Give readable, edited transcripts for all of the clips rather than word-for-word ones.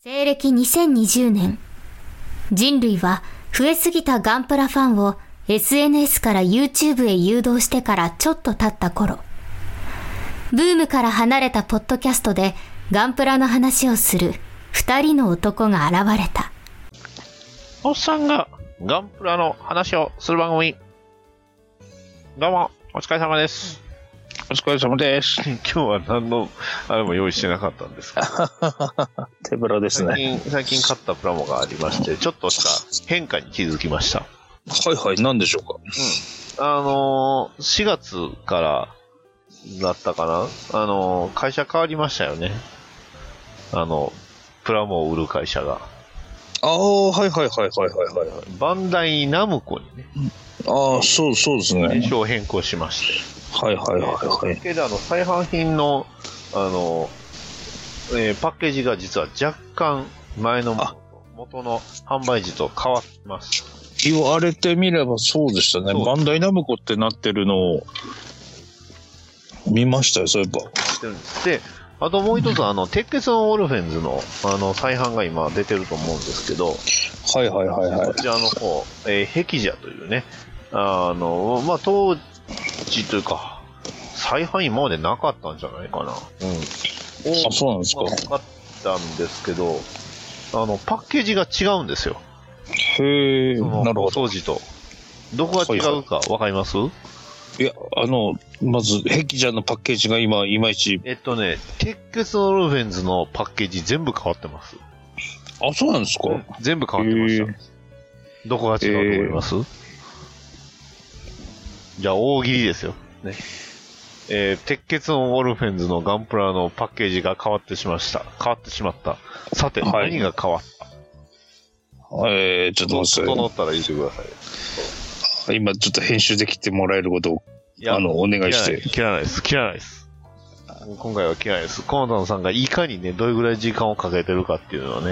西暦2020年、人類は増えすぎたガンプラファンを SNS から YouTube へ誘導してからちょっと経った頃、ブームから離れたポッドキャストでガンプラの話をする二人の男が現れた。 おっさんがガンプラの話をする番組。どうも、お疲れ様です。 お疲れ様です。 今日は何のあれも用意してなかったんですけど手ぶらですね。 最近買ったプラモがありまして、ちょっとした変化に気づきました。 はいはい、何でしょうか。 4月からだったかな。会社変わりましたよね。プラモを売る会社が。 ああ、はいはいはいはいはいはい。 バンダイナムコにね。 ああ、そうですね。 名称変更しまして。 はいはいはいはい。 けど再販品のパッケージが実は若干前の元の販売時と変わってます。 言われてみればそうでしたね。バンダイナムコってなってるのを見ましたよ、そういえば。 で、あともう一つ鉄血のオルフェンズの再販が今出てると思うんですけど、 はいはいはいはい。 こちらの方、壁蛇というね、当時というか再販今までなかったんじゃないかな。 あ、そうなんですか。 買ったんですけど、パッケージが違うんですよ。 へえ、なるほど。 当時とどこが違うかわかります？ いや、まず壁蛇のパッケージが今いまいち。 鉄血のオルフェンズのパッケージ全部変わってます。 あ、そうなんですか。 全部変わってました。どこが違うと思います？じゃあ大喜利ですよ。ね。鉄血のオルフェンズのガンプラのパッケージが変わってしまった。さて、はい、何が変わった？ ちょっと待って。 整ったら言ってください。 今ちょっと編集できてもらえることをお願いして。 切らないです。今回は切らないです。コナタンさんがいかにね、どれぐらい時間をかけてるかっていうのはね。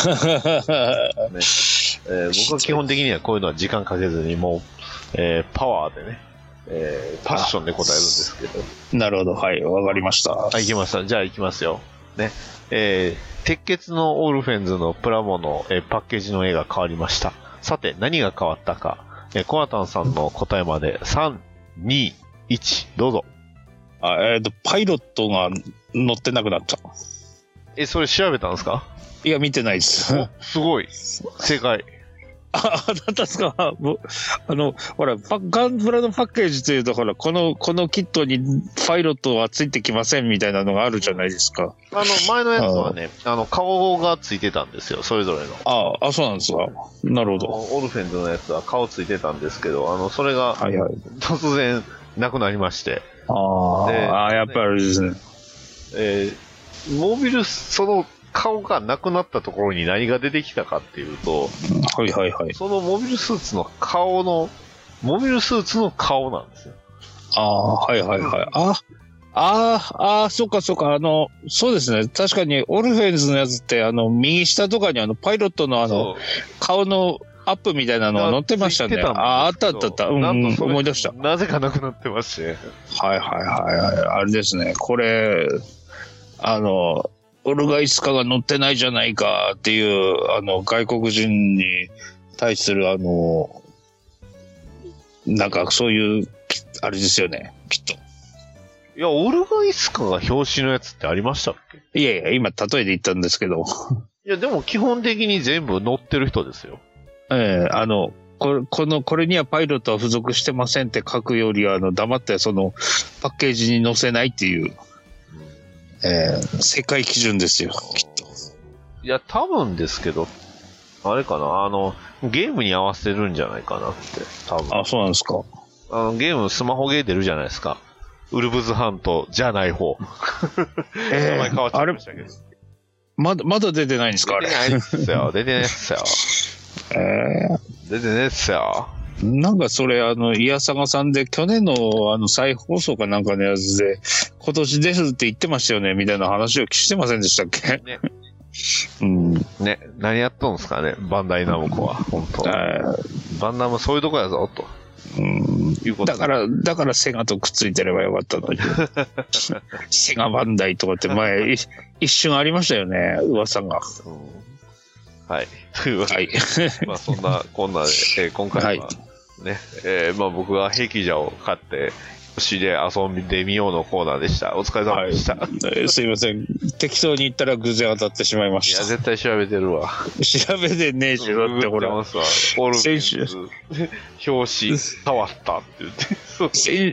僕は基本的にはこういうのは時間かけずにもう、パワーでね、パッションで答えるんですけど。 なるほど。はい、わかりました。 はい、行きました。じゃあ行きますよ。ね。鉄血のオルフェンズのプラモの、パッケージの絵が変わりました。さて、何が変わったか。コナタンさんの答えまで、3、2、1、どうぞ。 パイロットが乗ってなくなった。 それ調べたんですか？ いや、見てないです。 すごい。正解。 だったんですか？ほら、ガンプラのパッケージというと、ほら、このキットにパイロットはついてきませんみたいなのがあるじゃないですか。 前のやつはね、顔がついてたんですよ、それぞれの。 そうなんですか。なるほど。 オルフェンズのやつは顔ついてたんですけど、それが、突然、なくなりまして。 やっぱりあれですね。 モビル、その顔がなくなったところに何が出てきたかっていうと、 はいはいはい。 そのモビルスーツの顔なんですよ。 はいはいはい。そうか。そうですね。確かに、オルフェンズのやつって、右下とかにパイロットの顔のアップみたいなのが載ってましたね。あった。思い出した。 なぜかなくなってまして。 はい。あれですね。これ、オルガイスカが乗ってないじゃないかっていう、外国人に対する、なんかそういう、あれですよね、きっと。 いや、オルガイスカが表紙のやつってありましたっけ？ いや、今、例えで言ったんですけど。 いや、でも基本的に全部乗ってる人ですよ。 これにはパイロットは付属してませんって書くよりは、黙ってその、パッケージに載せないっていう、世界基準ですよ、きっと。 いや、多分ですけど、あれかな、ゲームに合わせるんじゃないかなって、多分。 そうなんですか。 ゲーム、スマホゲー出るじゃないですか。ウルブズハントじゃない方。名前変わっちゃいましたけど。 まだ出てないんですか、あれ。 出てないっすよ。出てないっすよ。 なんかそれ、イヤサガさんで、去年の再放送かなんかのやつで、今年ですって言ってましたよね、みたいな話をしてませんでしたっけ？ ね。何やっとんすかね、バンダイナムコは、本当。バンダムそういうとこやぞ、と。 いうことだからセガとくっついてればよかったのに。セガバンダイとかって前、一瞬ありましたよね、噂が。 はい。というわけで、まあそんなこんなで、今回はね、まあ僕が壁者を買って、星で遊んでみようのコーナーでした。お疲れ様でした。 すいません。適当に言ったら偶然当たってしまいました。 いや、絶対調べてるわ。 調べてねえし、だってほら。 先週。表紙、触ったって言って。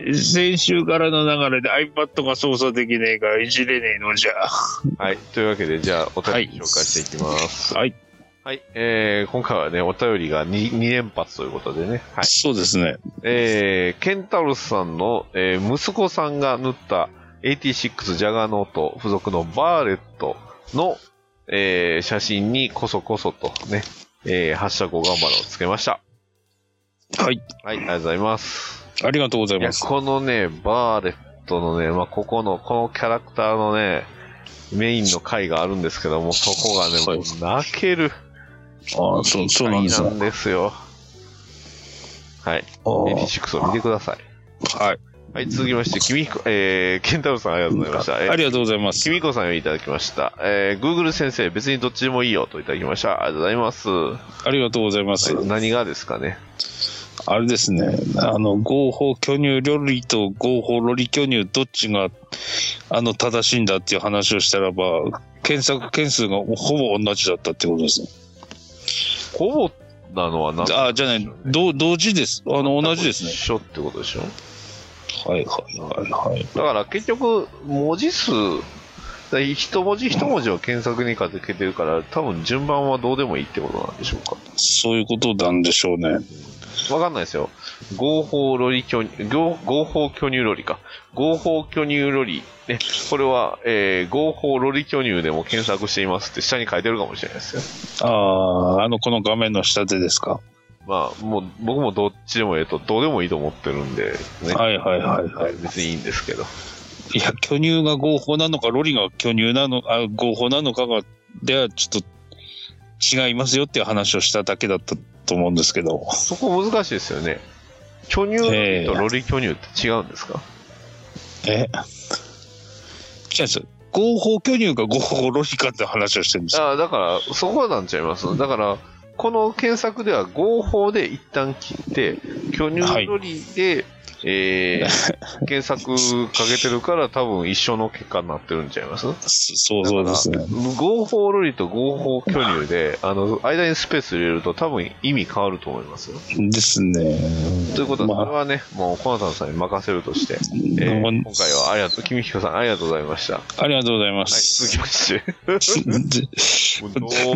先週からの流れで iPad が操作できねえからいじれねえのじゃ。 はい。というわけで、じゃあ、お便り紹介していきます。 はい。 はい。今回はね、お便りが2連発ということでね。はい。 そうですね。 ケンタウロスさんの、息子さんが縫った86ジャガーノート付属のバーレットの、写真にこそこそとね、ハッシュタグを頑張ろうつけました。 はい。 はい、ありがとうございます。 ありがとうございます。 このね、バーレットのね、まあ、このキャラクターのね、メインの回があるんですけども、そこがね、もう泣ける。 ああ、そうなんですね。なんですよ。はい。86を見てください。 はい。 はい、続きまして、ケンタウロスさんありがとうございました。 ありがとうございます。 きみこさんをいただきました。Google 先生、別にどっちでもいいよといただきました。ありがとうございます。 ありがとうございます。 はい、何がですかね。 あれですね、合法巨乳ロリと合法ロリ巨乳どっちが正しいんだっていう話をしたらば、検索件数がほぼ同じだったってことですね。 ほぼなのは何あ、じゃない、同時です。同じですね。 一緒ってことでしょ。 はいはいはいはい。 だから結局文字数、一文字一文字を検索にかけてるから、多分順番はどうでもいいってことなんでしょうか。 そういうことなんでしょうね。 わかんないですよ。合法巨乳ロリか。合法巨乳ロリ。ね、これは、合法ロリ巨乳でも検索していますって下に書いてるかもしれないですよ。 この画面の下でですか。 まあ、もう、僕もどっちでもどうでもいいと思ってるんで、ね。 はいはいはいはい。 別にいいんですけど。 いや、巨乳が合法なのか、ロリが巨乳なの、合法なのかが、ではちょっと違いますよっていう話をしただけだったと思うんですけど。 そこ難しいですよね。巨乳とロリ巨乳って違うんですか？ 違うんです。合法巨乳か合法ロリかって話をしてるんですよ。 だから、そこなんちゃいます。だから、この検索では合法で一旦切って、巨乳ロリで、検索かけてるから多分一緒の結果になってるんちゃいます？ そうですね。 合法ロリと合法巨乳で、間にスペース入れると多分意味変わると思いますよ。 ですね。 ということで、これはね、もうコナタンさんに任せるとして、今回は君彦さんありがとうございました。 ありがとうございます。 はい、続きまして。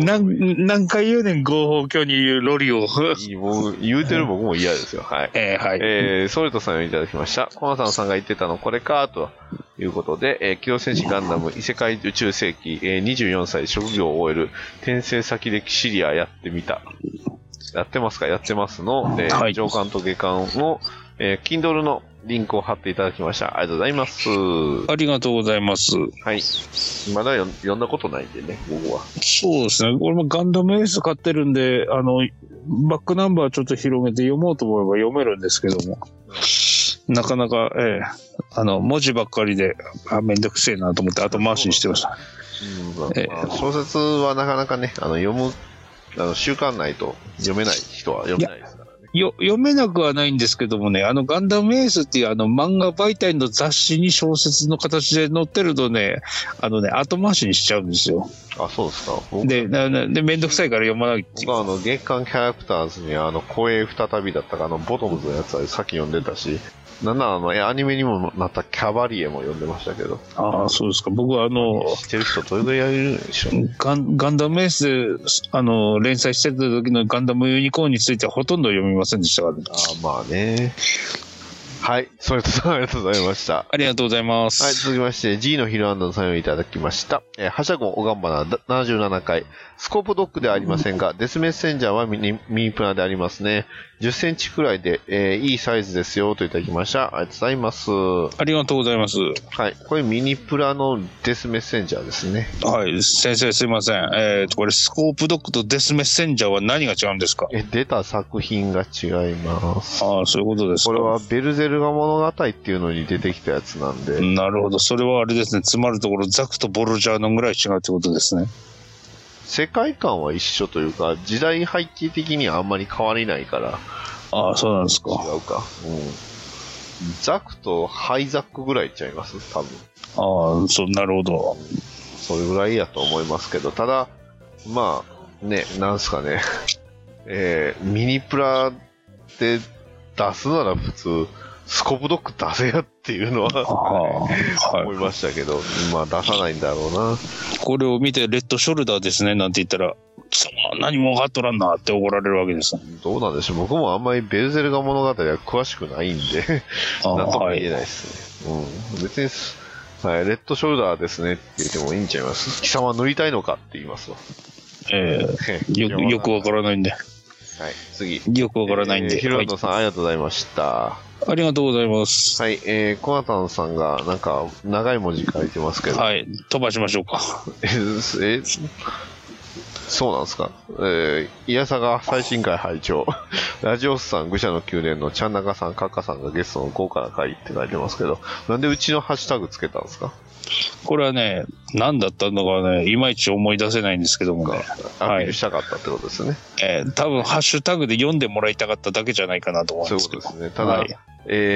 何回言うねん、合法巨乳ロリを。 もう言うてる僕も嫌ですよ。はい。 はい。 ソルトさんをいただきました。コナタンさんが言ってたのこれか、ということで、機動戦士ガンダム異世界宇宙世紀、24歳職業を終える転生先でシリアやってみた。やってますか？やってますの、上巻と下巻の、Kindle のリンクを貼っていただきました。ありがとうございます。 ありがとうございます。 はい。まだ読んだことないんでね、僕は。 そうですね。俺もガンダムエース買ってるんで、バックナンバーちょっと広げて読もうと思えば読めるんですけども。なかなか、文字ばっかりで、めんどくせえなと思って後回しにしてました。 小説はなかなかね、習慣ないと読めない人は読めないですからね。 読めなくはないんですけどもね、ガンダムエースっていう漫画媒体の雑誌に小説の形で載ってるとね、後回しにしちゃうんですよ。 あ、そうですか。 で、めんどくさいから読まないっていう。 僕は月刊キャラクターズに声再びだったか、ボトムズのやつはさっき読んでたし、なんならアニメにもなったキャバリエも読んでましたけど。 ああ、そうですか。僕は知ってる人どれぐらいやれるんでしょうね。 ガンダムエースで、連載してた時のガンダムユニコーンについてはほとんど読みませんでしたからね。 まあね。はい。それとありがとうございました。 ありがとうございます。 はい。続きまして、G のヒルアンドのサインをいただきました。はしゃごおがんばな77回。スコープドッグではありませんが、デスメッセンジャーはミニプラでありますね。 10センチくらいで、いいサイズですよといただきました。ありがとうございます。 ありがとうございます。 はい。これミニプラのデスメッセンジャーですね。 はい。先生すいません。これスコープドッグとデスメッセンジャーは何が違うんですか？ 出た作品が違います。 ああ、そういうことですか。 これはベルゼルガ物語っていうのに出てきたやつなんで。 なるほど。それはあれですね。つまるところザクとボルジャーのぐらい違うってことですね。 世界観は一緒というか、時代背景的にはあんまり変わりないから。 ああ、そうなんですか。 違うか。うん。ザクとハイザックぐらいちゃいます多分。 ああ、そう、なるほど。 それぐらいやと思いますけど、ただ、まあ、ね、なんすかね。ミニプラで出すなら普通、スコープドッグ出せやっていうのは思いましたけど、まあ出さないんだろうな。 これを見てレッドショルダーですねなんて言ったら、貴様何も分かっとらんなって怒られるわけです。 どうなんでしょう。僕もあんまりベルゼルガ物語は詳しくないんでなんとも言えないですね。うん、別に、はい、レッドショルダーですねって言ってもいいんちゃいます。貴様塗りたいのかって言いますわ。 よくわからないんで。 はい、次。 よくわからないんで。 ヒロトさん、ありがとうございました。 ありがとうございます。 はい、コナタンさんがなんか長い文字書いてますけど。 はい、飛ばしましょうか。 そうなんですか。いやさが最新回拝聴ラジオスさん、愚者の宮殿のちゃんなかさん、カッカさんがゲストの豪華な回って書いてますけど、なんでうちのハッシュタグつけたんですか？ これはね、何だったのかね、いまいち思い出せないんですけどもね。 アピールしたかったってことですね。 多分ハッシュタグで読んでもらいたかっただけじゃないかなと思うんですけど。 そういうことですね。ただ、はい、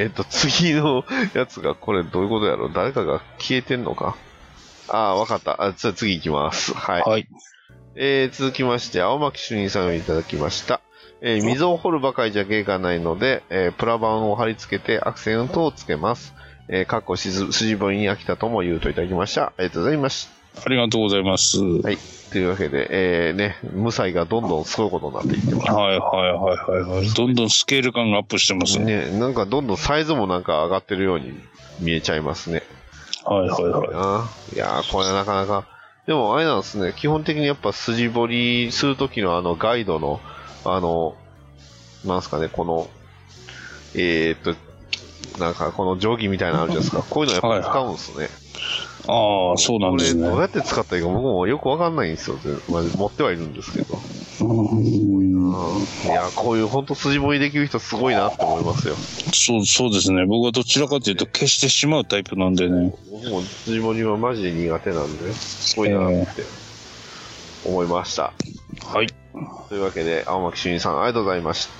次のやつがこれどういうことやろう？誰かが消えてんのか？わかった。じゃあ次行きます。はい。はい、続きまして、青巻主任さんをいただきました。溝を掘るばかりじゃ芸がないので、プラ板を貼り付けてアクセントをつけます。かっこ筋彫りに飽きたとも言うといただきました。ありがとうございます。 ありがとうございます。 はい。というわけで、ね、無彩がどんどんすごいことになっていってます。 はいはい。どんどんスケール感がアップしてますね。 ね、なんかどんどんサイズもなんか上がってるように見えちゃいますね。 はい。 いやー、これなかなか。でもあれなんですね、基本的にやっぱ筋彫りするときのガイドの、なんすかね、この、なんかこの定規みたいなのあるじゃないですか。こういうのやっぱ使うんですね。 ああ、そうなんですね。 これどうやって使ったらいいか僕もよくわかんないんですよ。まあ、持ってはいるんですけど。いや、こういう本当筋彫りできる人すごいなって思いますよ。 そうですね。僕はどちらかというと消してしまうタイプなんでね。 僕も筋彫りはマジで苦手なんで、すごいなって思いました。 はい。 というわけで、青巻主任さんありがとうございました。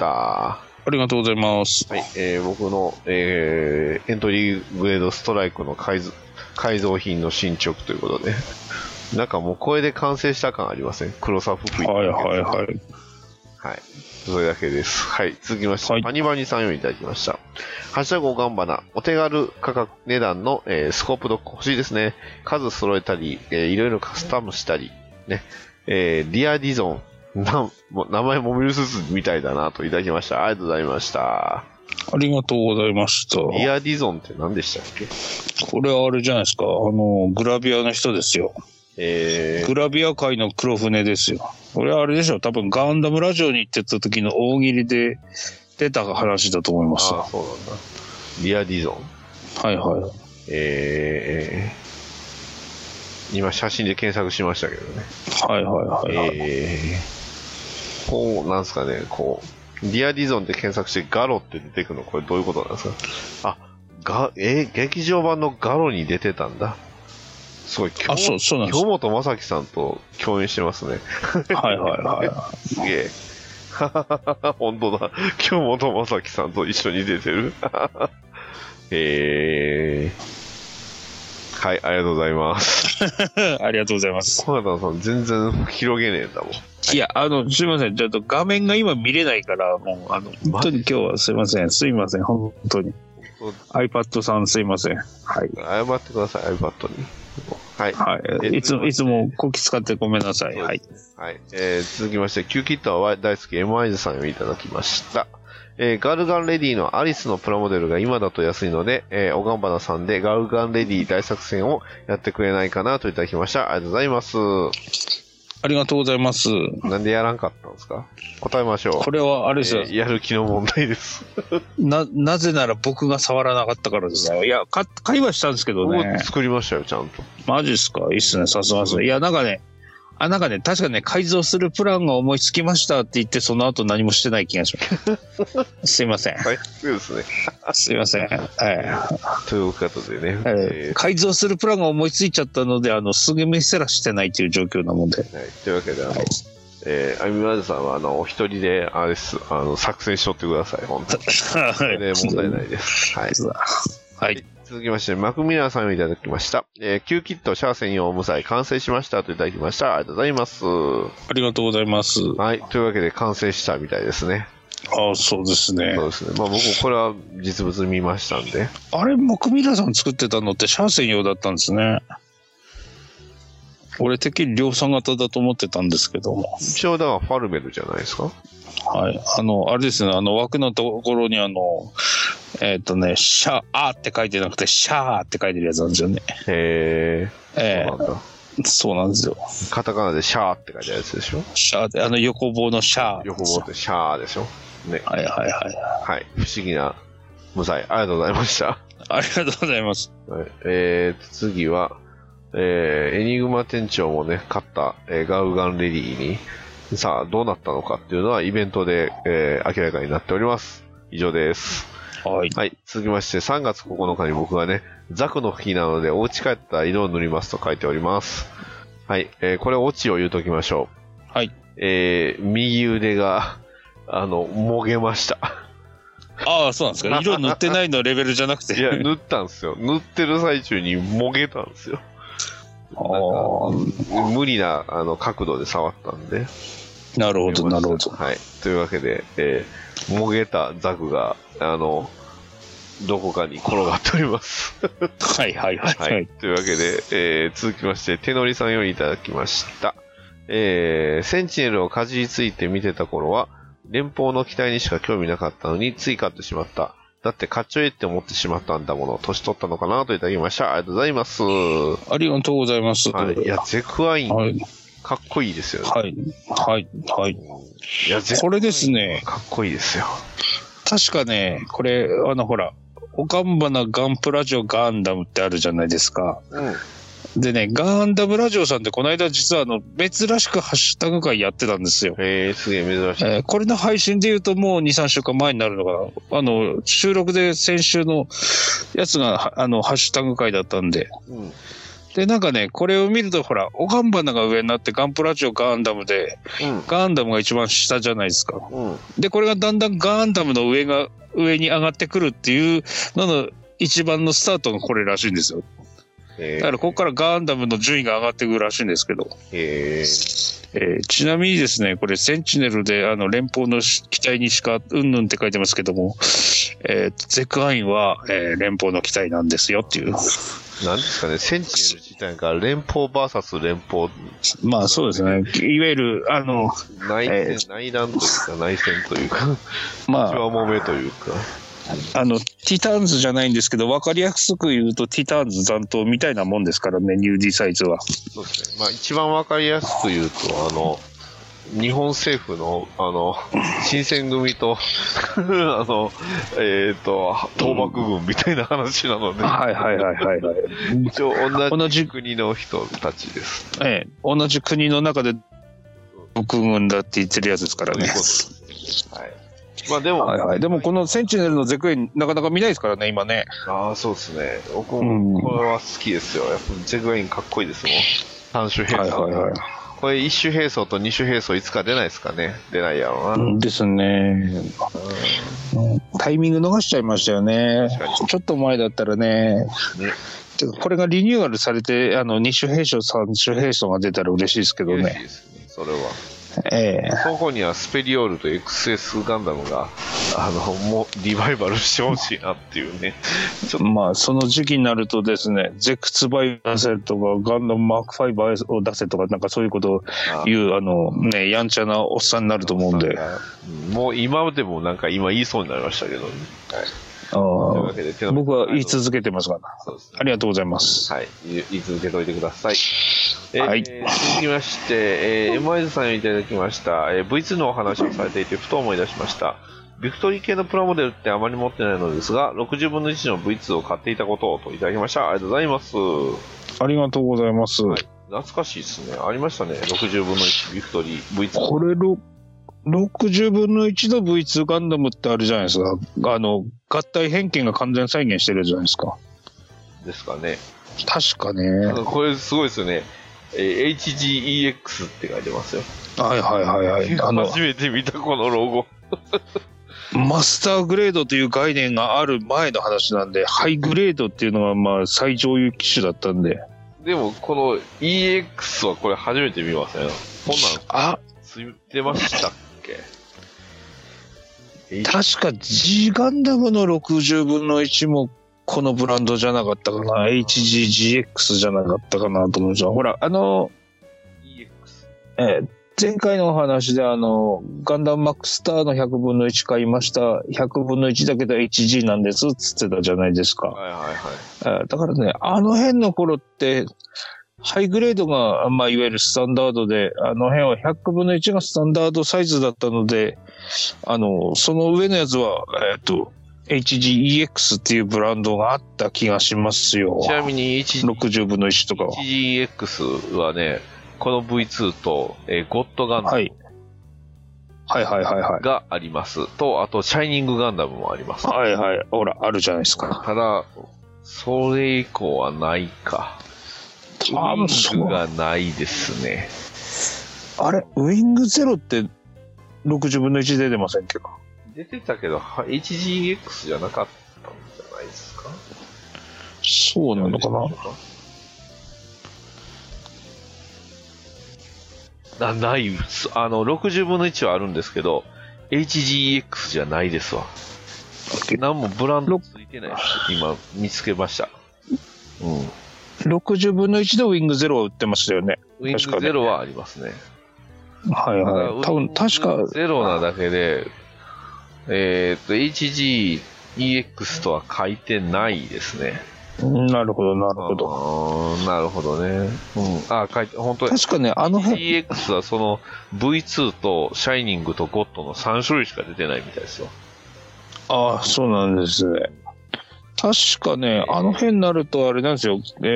ありがとうございます。 はい、僕の、エントリーグレードストライクの改造品の進捗ということで、なんかもうこれで完成した感ありません？黒サフ吹いて。はい。はい。それだけです。はい。続きまして、パニバニさんよりいただきました。ハッシュタグおがんばな、お手軽価格値段の、スコープドッグ欲しいですね。数揃えたり、いろいろカスタムしたり、ね。リアディゾン。名前モビルスーツみたいだなといただきました。ありがとうございました。 ありがとうございました。 リアディゾンって何でしたっけ？ これはあれじゃないですか。グラビアの人ですよ。グラビア界の黒船ですよ。これはあれでしょ。多分ガンダムラジオに行ってた時の大喜利で出た話だと思います。 ああ、そうなんだ。リアディゾン。 はい。 今写真で検索しましたけどね。 はい。 こう、なんすかね、こう、リアディゾンで検索してガロって出てくるの、これどういうことなんですか？劇場版のガロに出てたんだ。すごい、 そうなんです。 京本正樹さんと共演してますね。 はい。 すげえ。本当だ。京本正樹さんと一緒に出てる。はい、ありがとうございます。 ありがとうございます。 小畑さん、全然広げねえんだもん。 いや、すいません。ちょっと画面が今見れないから、もう、本当に今日はすいません、本当に。iPad さんすいません。はい。 謝ってください、iPad に。 はい。いつもこき使ってごめんなさい。はい。 はい。続きまして、Q キットは大好き M アイズさんをいただきました。ガルガンレディのアリスのプラモデルが今だと安いので、おがんばなさんでガルガンレディ大作戦をやってくれないかなといただきました。ありがとうございます。 あありがとうございます。 なんでやらんかったんですか？答えましょう。 これはあれですよ。 やる気の問題です。 なぜなら僕が触らなかったからですね。いや、会話したんですけどね。 作りましたよ、ちゃんと。 マジっすか？いいっすね、さすがです。いや、なんかね、確かね、改造するプランが思いつきましたって言って、その後何もしてない気がします。すいません。 はい、そうですね。 すいません。 ということでね。 改造するプランが思いついちゃったので、すぐ見せらしてないという状況なもんで。はい、 というわけで、アミマズさんは、お一人で、あれです、作成しとってください、本当に。それで問題ないです。はい。 はい。 続きまして、マクミラーさんをいただきました。Q キットシャア専用無彩完成しましたといただきました。ありがとうございます。 ありがとうございます。 はい。というわけで完成したみたいですね。 ああ、そうですね。 そうですね。まあ僕これは実物見ましたんで。 あれ、マクミラーさん作ってたのってシャア専用だったんですね。俺てっきり量産型だと思ってたんですけども。 一応だからファルメルじゃないですか？ はい。あれですね、枠のところにシャーって書いてなくて、シャーって書いてるやつなんですよね。 へえ。そうなんだ。 そうなんですよ。 カタカナでシャーって書いてあるやつでしょ？ シャーって、横棒のシャー。 横棒ってシャーでしょ？ね。 はい。 はい。不思議な無彩。ありがとうございました。 ありがとうございます。 はい、次は、エニグマ店長もね、買った、ガウガンレディに、さあ、どうなったのかっていうのはイベントで、明らかになっております。以上です。 はい。 はい。続きまして、3月9日に僕がね、ザクの日なので、お家帰ったら色を塗りますと書いております。はい。これ、オチを言うときましょう。はい。 右腕が、もげました。 ああ、そうなんですか。色塗ってないのレベルじゃなくて。 いや、塗ったんですよ。塗ってる最中にもげたんですよ。無理な角度で触ったんで。 なるほど、なるほど。 はい。というわけで、もげたザクが、どこかに転がっております。 はい。というわけで、続きまして、手乗りさんよりいただきました。センチネルをかじりついて見てた頃は、連邦の機体にしか興味なかったのに、つい買ってしまった。だってかっちょいいって思ってしまったんだもの。年取ったのかなといただきました。ありがとうございます。 ありがとうございます。 はい。いや、ゼクワイン、はい、かっこいいですよね。 はい。 いや、 これですね。 かっこいいですよ。 確かね、これ、ほら、オカンバナガンプラジオガンダムってあるじゃないですか。でね、ガンダムラジオさんってこの間実は珍しくハッシュタグ会やってたんですよ。 すげえ珍しい。 これの配信で言うともう2、3週間前になるのかな。収録で先週のやつが、ハッシュタグ会だったんで。で、なんかね、これを見るとほら、オカンバナが上になってガンプラジオガンダムで、ガンダムが一番下じゃないですか。で、これがだんだんガンダムの上に上がってくるっていうのの一番のスタートがこれらしいんですよ。だからここからガンダムの順位が上がっていくらしいんですけど、ちなみにですね、これセンチネルで連邦の機体にしかうんぬんって書いてますけども、ゼクアインは、連邦の機体なんですよっていう。 なんですかね、センチネル自体が連邦 VS 連邦。 まあそうですね。いわゆる内乱というか内戦というか、 まあ内輪もめというか。 ティターンズじゃないんですけど、分かりやすく言うとティターンズ残党みたいなもんですからね、ニューディサイズは。 そうですね。まあ一番分かりやすく言うと、日本政府の、新選組と、倒幕軍みたいな話なので。一応同じ国の人たちです。 同じ国の中で、国軍だって言ってるやつですからね。 はい。まあでも、 でもこのセンチネルのゼクエンなかなか見ないですからね、今ね。 ああ、そうですね。僕もこれは好きですよ。やっぱゼクエンかっこいいですもん。3種並走。これ1種並走と2種並走いつか出ないですかね。出ないやろうな。 ですね。タイミング逃しちゃいましたよね。ちょっと前だったらね。これがリニューアルされて、2種並走、3種並走が出たら嬉しいですけどね。 嬉しいですね、それは。そこにはスペリオールと XS ガンダムがもうリバイバルしてほしいなっていうね。 まあその時期になるとですね、ゼクツバイ出せとかガンダムマーク5を出せとかなんかそういうことを言うやんちゃなおっさんになると思うんで、 もう今でもなんか今言いそうになりましたけどね。 というわけで僕は言い続けてますが、そうですね、ありがとうございます。 はい、言い続けておいてください。 はい、 続きまして、MIZ さんにいただきました、V2 のお話をされていてふと思い出しました。ビクトリー系のプラモデルってあまり持ってないのですが、60分の1の V2 を買っていたことをといただきました。ありがとうございます。 ありがとうございます。はい、 懐かしいですね。ありましたね。60分の1ビクトリー V2。 これ60分の1の V2 ガンダムってあるじゃないですか。合体変形が完全再現してるじゃないですか。 ですかね。 確かね。 これすごいですよね。HGEX って書いてますよ。 はいはいはいはい。 初めて見たこのロゴ。 マスターグレードという概念がある前の話なんで、ハイグレードっていうのがまあ最上位機種だったんで。 でもこの EX はこれ初めて見ましたよ。こんなんついてましたっけ？ 確か G ガンダムの60分の1もこのブランドじゃなかったかな。HGGX じゃなかったかなと思うんですよ。ほら、EX。前回のお話でガンダムマックスターの100分の1買いました。100分の1だけど HG なんですっつってたじゃないですか。 はいはいはい。 だからね、あの辺の頃って、ハイグレードが、まあ、いわゆるスタンダードで、あの辺は100分の1がスタンダードサイズだったので、その上のやつは、HGEX っていうブランドがあった気がしますよ。 ちなみに 60分の1とかは。 HGEX はね、この V2 と、ゴッドガンダム、 はいはいはいはい。 があります。と、あと、シャイニングガンダムもあります。 はいはい。ほら、あるじゃないですか。 ただ、それ以降はないか。ウィングがないですね。 あれ、ウィングゼロって60分の1出てませんけど。 出てたけど、HGX じゃなかったんじゃないですか。 そうなのかな。 ない。60分の1はあるんですけど、HGX じゃないですわ。何もブランドついてないです。今、見つけました。 60分の1のウィングゼロは売ってましたよね。 ウィングゼロはありますね。 はいはい。多分、確か。 ゼロなだけで、HGEX とは書いてないですね。 なるほど、なるほど。 なるほどね。書いて、本当に。 確かね、 HGEX はその V2 とシャイニングとゴッドの3種類しか出てないみたいですよ。 ああ、そうなんですね。確かね、あの辺になるとあれなんですよ。いわ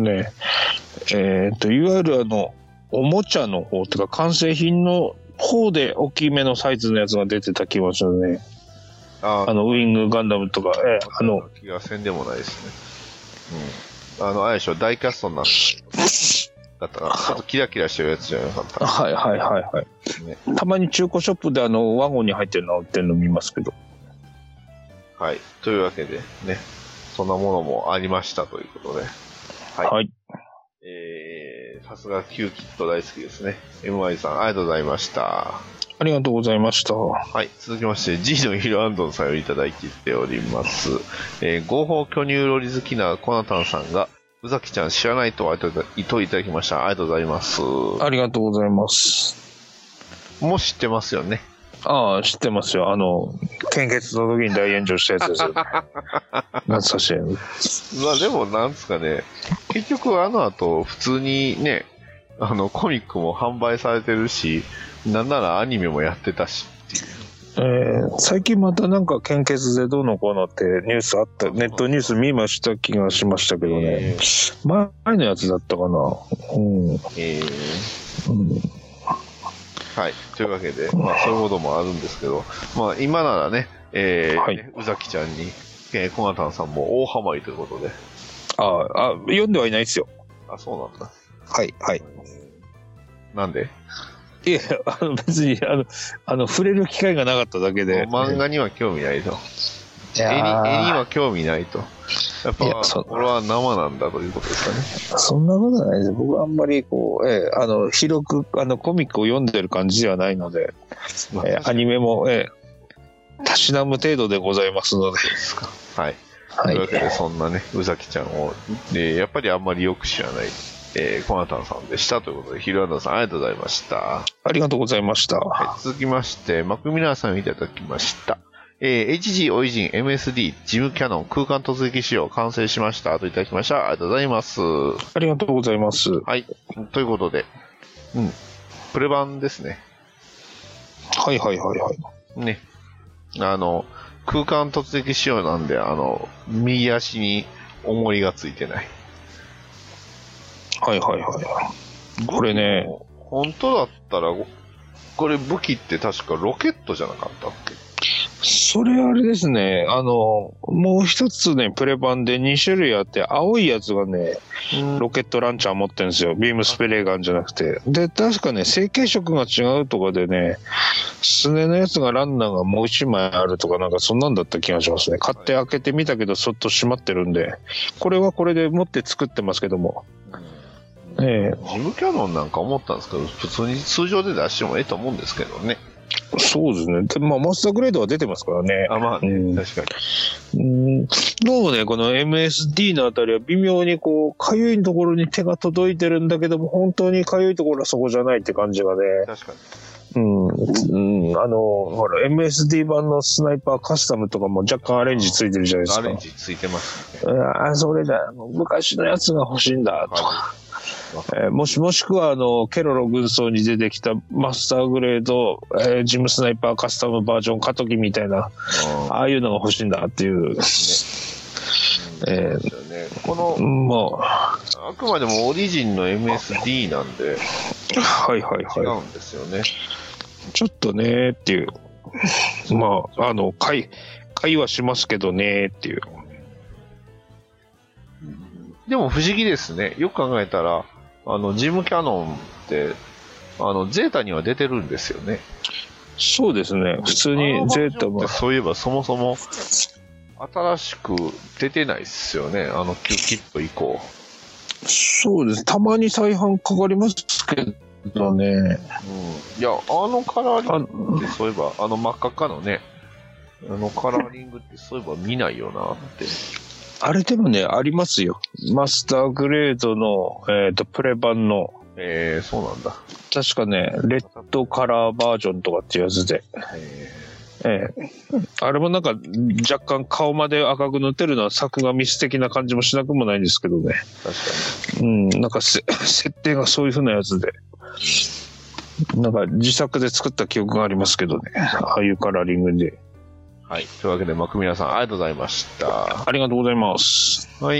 ゆるおもちゃの方とか完成品の方で大きめのサイズのやつが出てた気がするね。ウィングガンダムとか、 気がせんでもないですね。あれでしょ、ダイキャストになってだったから、ちょっとキラキラしてるやつじゃなかった。 はいはいはいはい。ね、たまに中古ショップでワゴンに入ってるの売ってるの見ますけど。 はい。というわけでね、そんなものもありましたということで。はい。はい、さすが Q キット大好きですね。MI さん、ありがとうございました。 ありがとうございました。 はい。続きまして、G のヒルアンドンさんよりいただいております。合法巨乳ロリ好きなコナタンさんが、宇崎ちゃん知らないといただきました。ありがとうございます。 ありがとうございます。 もう知ってますよね。 ああ、知ってますよ。献血の時に大炎上したやつですよ。懐かしい。 まあでも、なんですかね。結局、後、普通にね、コミックも販売されてるし、なんならアニメもやってたしっていう。 最近またなんか献血でどうのこうのってニュースあった、ネットニュース見ました気がしましたけどね。前のやつだったかな。 はい。というわけで、まあそういうこともあるんですけど、まあ今ならね、 はい、 宇崎ちゃんに、コナタンさんも大ハマりということで。 読んではいないですよ。 あ、そうなんだ。 はい、はい。 なんで？ いや、別に、触れる機会がなかっただけで。 漫画には興味ないと。絵には興味ないと。やっぱ、俺は生なんだということですかね。 そんなことないです。僕はあんまり広く、コミックを読んでる感じではないので、アニメも、たしなむ程度でございますので。 はい。というわけで、そんなね、宇崎ちゃんを、やっぱりあんまりよく知らない。コナタンさんでしたということで、ヒルアンドさんありがとうございました。 ありがとうございました。 はい、続きまして、マクミラーさんをいただきました。 HG オリジン MSD ジムキャノン空間突撃仕様完成しましたといただきました。ありがとうございます。 ありがとうございます。 はい。ということで、プレ版ですね。 はい。 ね。空間突撃仕様なんで、右足に重りがついてない。 はい。これね。 本当だったら、これ武器って確かロケットじゃなかったっけ？ それあれですね。もう一つね、プレ版で2種類あって、青いやつがね、ロケットランチャー持ってるんですよ。ビームスプレーガンじゃなくて。で、確かね、成型色が違うとかでね、スネのやつがランナーがもう一枚あるとか、なんかそんなんだった気がしますね。買って開けてみたけど、そっと閉まってるんで、これはこれで持って作ってますけども。 ジムキャノンなんか思ったんですけど、普通に通常で出してもええと思うんですけどね。 そうですね。でマスターグレードは出てますからね。 まあね、確かに。どうもね、この MSD のあたりは微妙にこう、かゆいところに手が届いてるんだけども、本当にかゆいところはそこじゃないって感じがね。 確かに。 ほら、MSD 版のスナイパーカスタムとかも若干アレンジついてるじゃないですか。 アレンジついてますね。 それだ。昔のやつが欲しいんだ、と。もしくはケロロ軍曹に出てきたマスターグレード、ジムスナイパーカスタムバージョン過渡期みたいな、ああいうのが欲しいんだっていう。 この、あくまでもオリジンの MSD なんで、 はい。 違うんですよね。 ちょっとねっていう。買いはしますけどねっていう。 でも不思議ですね。よく考えたら、ジムキャノンって、ゼータには出てるんですよね。 そうですね。普通にゼータも。 そういえばそもそも、新しく出てないっすよね。旧キット以降。 そうです。たまに再販かかりますけどね。 いや、カラーリングってそういえば、真っ赤っかのね、カラーリングってそういえば見ないよなって。 あれでもね、ありますよ。マスターグレードの、プレ版の。 そうなんだ。 確かね、レッドカラーバージョンとかっていうやつで。あれもなんか若干顔まで赤く塗ってるのは作画ミス的な感じもしなくもないんですけどね。 確かに。 なんか設定がそういう風なやつで。なんか自作で作った記憶がありますけどね。ああいうカラーリングで。 はい。というわけで、マクミラさん、ありがとうございました。 ありがとうございます。 はい。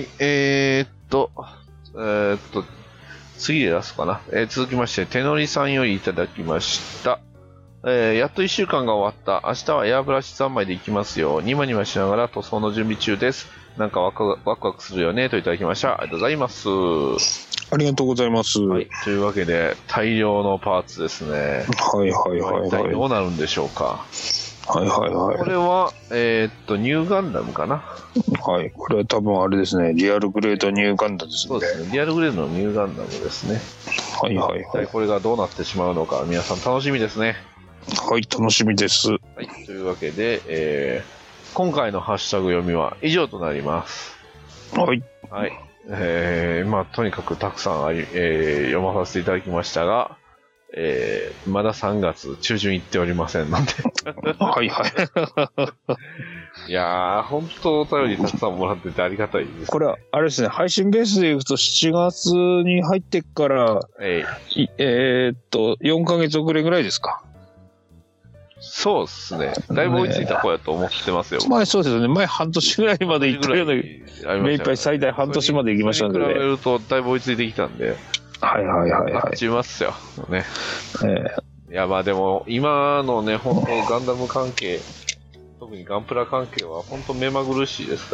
次で出すかな。続きまして、手乗りさんよりいただきました。やっと1週間が終わった。明日はエアブラシ三昧で行きますよ。ニマニマしながら塗装の準備中です。なんかワクワクするよね、といただきました。ありがとうございます。 ありがとうございます。 はい。というわけで、大量のパーツですね。 はい。 一体どうなるんでしょうか。 はい。 これは、ニューガンダムかな。 はい。これは多分あれですね。リアルグレードニューガンダムですね。 そうですね。リアルグレードのニューガンダムですね。 はい。 一体これがどうなってしまうのか、皆さん楽しみですね。 はい、楽しみです。 はい。というわけで、今回のハッシュタグ読みは以上となります。 はい。 はい。とにかくたくさん読まさせていただきましたが、まだ3月中旬行っておりませんので。 はい。 いやー、本当お便りたくさんもらっててありがたいです、ね。 これは、あれですね、配信ベースでいくと7月に入ってから、4ヶ月遅れぐらいですか。 そうですね。だいぶ追いついた子やと思ってますよ。 前そうですね。前半年ぐらいまで行ったような、目いっぱい最大半年まで行きましたんで、ね。 比べるとだいぶ追いついてきたんで。 はい。 勝ちますよ。ね。いや、でも、今のね、本当ガンダム関係、特にガンプラ関係は本当目まぐるしいですから。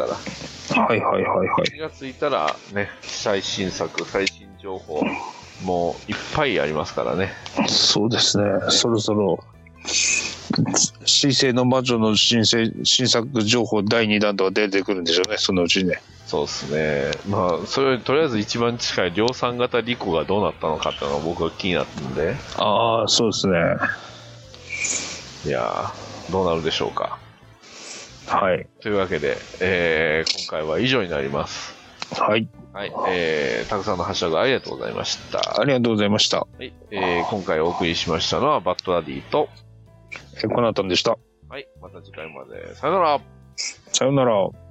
はい。 気がついたら、ね、最新作、最新情報、もういっぱいありますからね。 そうですね。そろそろ、水星の魔女の新作情報第2弾とか出てくるんでしょうね、そのうちね。 そうですね。それよりとりあえず一番近い量産型リコがどうなったのかっていうのが僕は気になったんで。 ああ、そうですね。 いやー、どうなるでしょうか。 はい。 というわけで、今回は以上になります。 はい。 はい。たくさんのハッシュタグありがとうございました。 ありがとうございました。 はい。今回お送りしましたのはバッドダディと、 コナタンでした。 はい、また次回まで。さよなら。 さよなら。